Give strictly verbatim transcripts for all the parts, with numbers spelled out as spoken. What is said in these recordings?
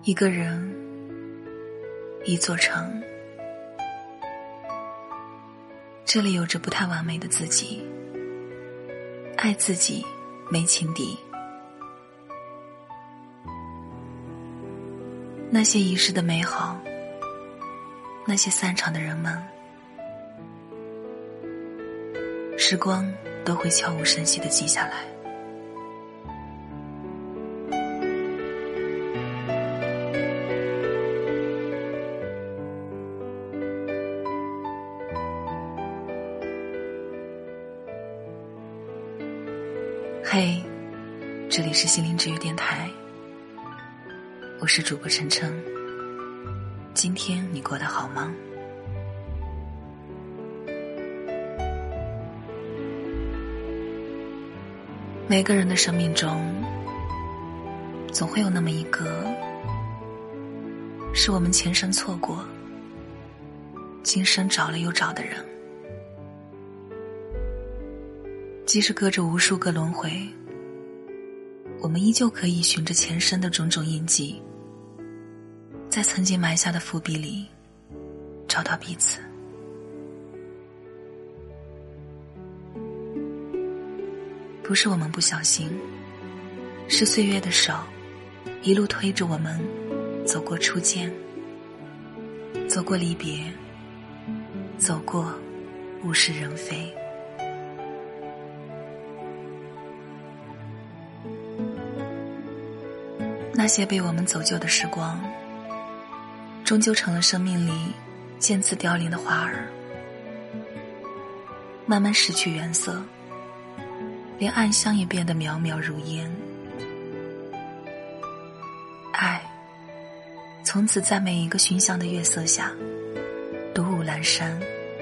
一个人，一座城，这里有着不太完美的自己，爱自己没情敌。那些遗失的美好，那些散场的人们，时光都会悄无声息地记下来。嘿，这里是心灵治愈电台，我是主播晨晨。今天你过得好吗？每个人的生命中，总会有那么一个，是我们前生错过，今生找了又找的人。即使隔着无数个轮回，我们依旧可以循着前生的种种印记，在曾经埋下的伏笔里找到彼此。不是我们不小心，是岁月的手一路推着我们走过初见，走过离别，走过物是人非。那些被我们走旧的时光，终究成了生命里渐次凋零的花儿，慢慢失去原色，连暗香也变得渺渺如烟。爱从此在每一个寻香的月色下独舞阑珊。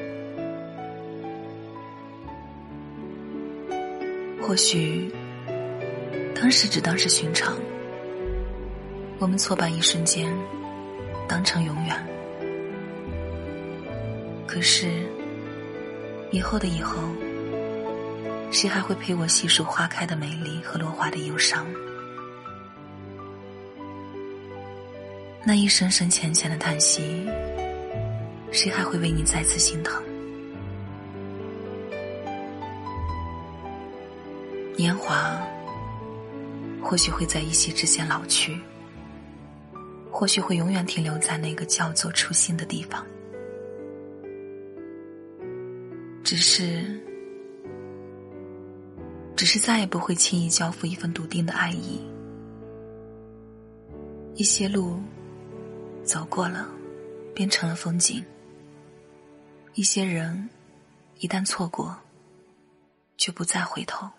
或许当时只当是寻常，我们错把一瞬间当成永远。可是以后的以后，谁还会陪我细数花开的美丽和落花的忧伤？那一声声浅浅的叹息，谁还会为你再次心疼？年华或许会在一夕之间老去，或许会永远停留在那个叫做初心的地方。只是只是再也不会轻易交付一份笃定的爱意。一些路走过了，变成了风景；一些人一旦错过，就不再回头。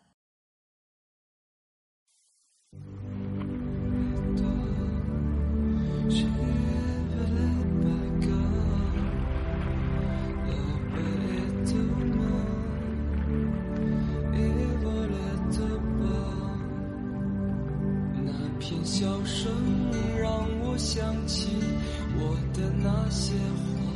笑声让我想起我的那些话，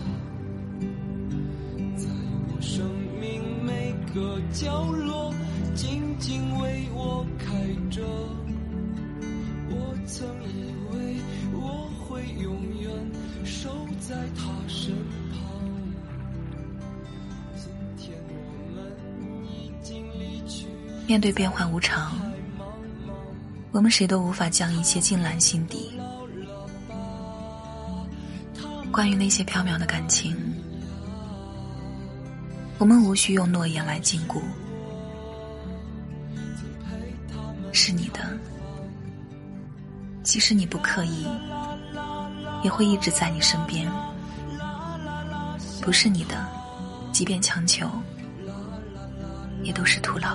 在我生命每个角落静静为我开着。我曾以为我会永远守在他身旁，今天我们已经离去。 面对变幻无常，我们谁都无法将一切尽揽心底。关于那些缥缈的感情，我们无需用诺言来禁锢。是你的，即使你不刻意，也会一直在你身边；不是你的，即便强求，也都是徒劳。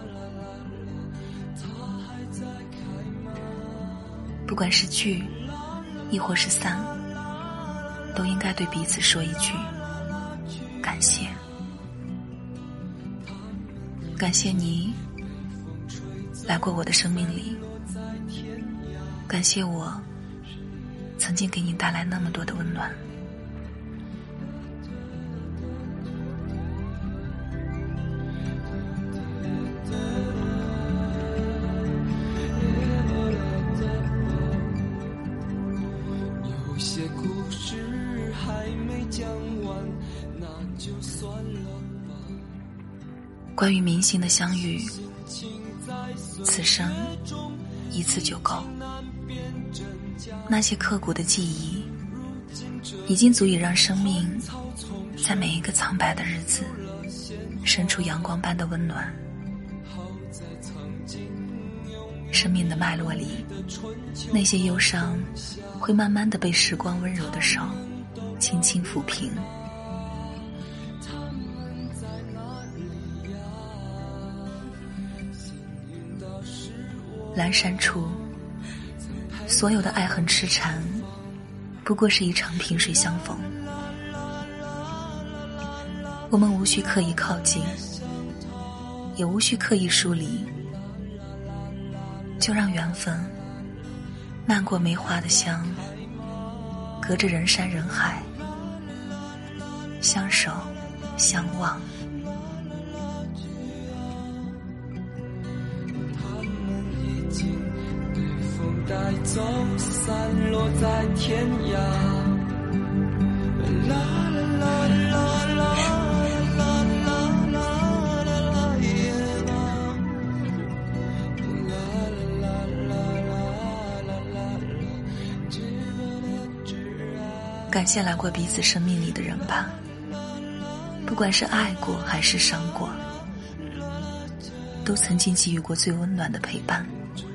不管是聚亦或是散，都应该对彼此说一句感谢。感谢你来过我的生命里，感谢我曾经给你带来那么多的温暖。 关于明星的相遇，此生一次就够。那些刻骨的记忆，已经足以让生命在每一个苍白的日子生出阳光般的温暖。生命的脉络里，那些忧伤会慢慢地被时光温柔的手轻轻抚平。阑珊处，所有的爱恨痴缠不过是一场萍水相逢。我们无需刻意靠近，也无需刻意疏离，就让缘分漫过梅花的香，隔着人山人海，相守相望。 带走，散落在天涯。啦啦啦啦啦啦啦啦啦耶啦，啦啦啦啦啦啦啦。 感谢来过彼此生命里的人吧，不管是爱过还是伤过，都曾经给予过最温暖的陪伴。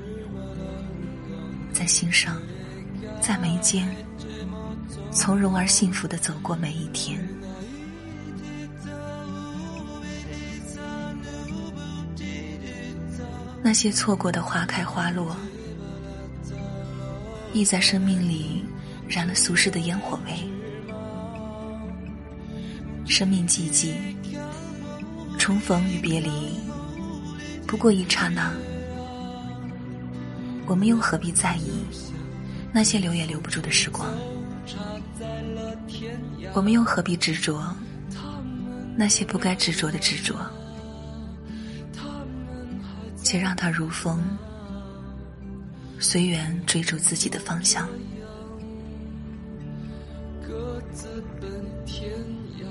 在心上，在眉间，从容而幸福地走过每一天。那些错过的花开花落，亦在生命里染了俗世的烟火味。生命寂寂，重逢与别离，不过一刹那。我们又何必在意那些留也留不住的时光？我们又何必执着那些不该执着的执着？且让它如风，随缘追逐自己的方向。 各自奔天涯。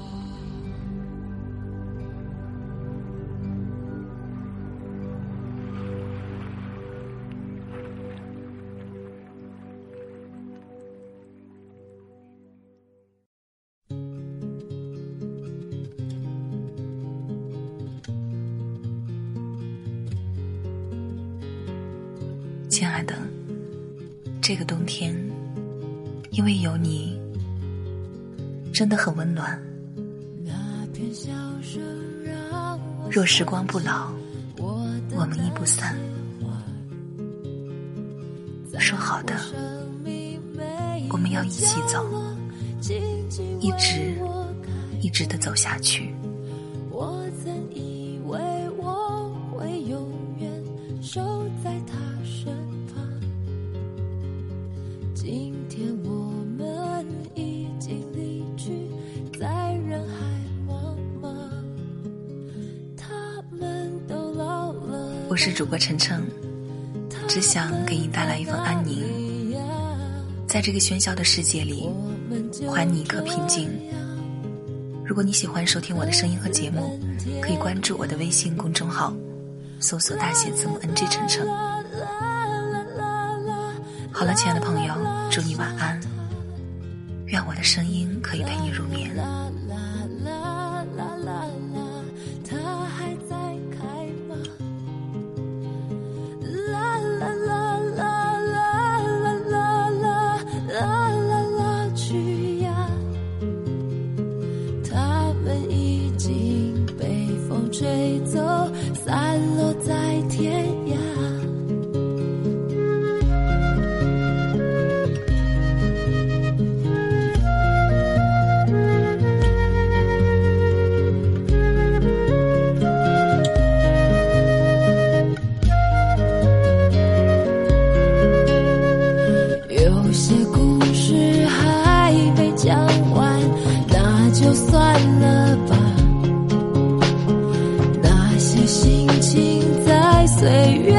亲爱的，这个冬天因为有你真的很温暖。若时光不老，我们亦不散。说好的我们要一起走，一直一直地走下去。 我曾以为我会永远守在他身旁，今天我们已经离去，在人海茫茫，他们都老了。 我是主播晨晨，只想给你带来一份安宁，在这个喧嚣的世界里还你一颗平静。如果你喜欢收听我的声音和节目，可以关注我的微信公众号，搜索大写字母 N G 晨晨。好了，亲爱的朋友，祝你晚安，愿我的声音可以陪你入眠。 它还在开吗？啦啦啦啦啦啦啦啦啦啦啦去呀！它们已经被风吹走，散落在天涯。有些故事还没讲完，那就算了吧。那些心情在岁月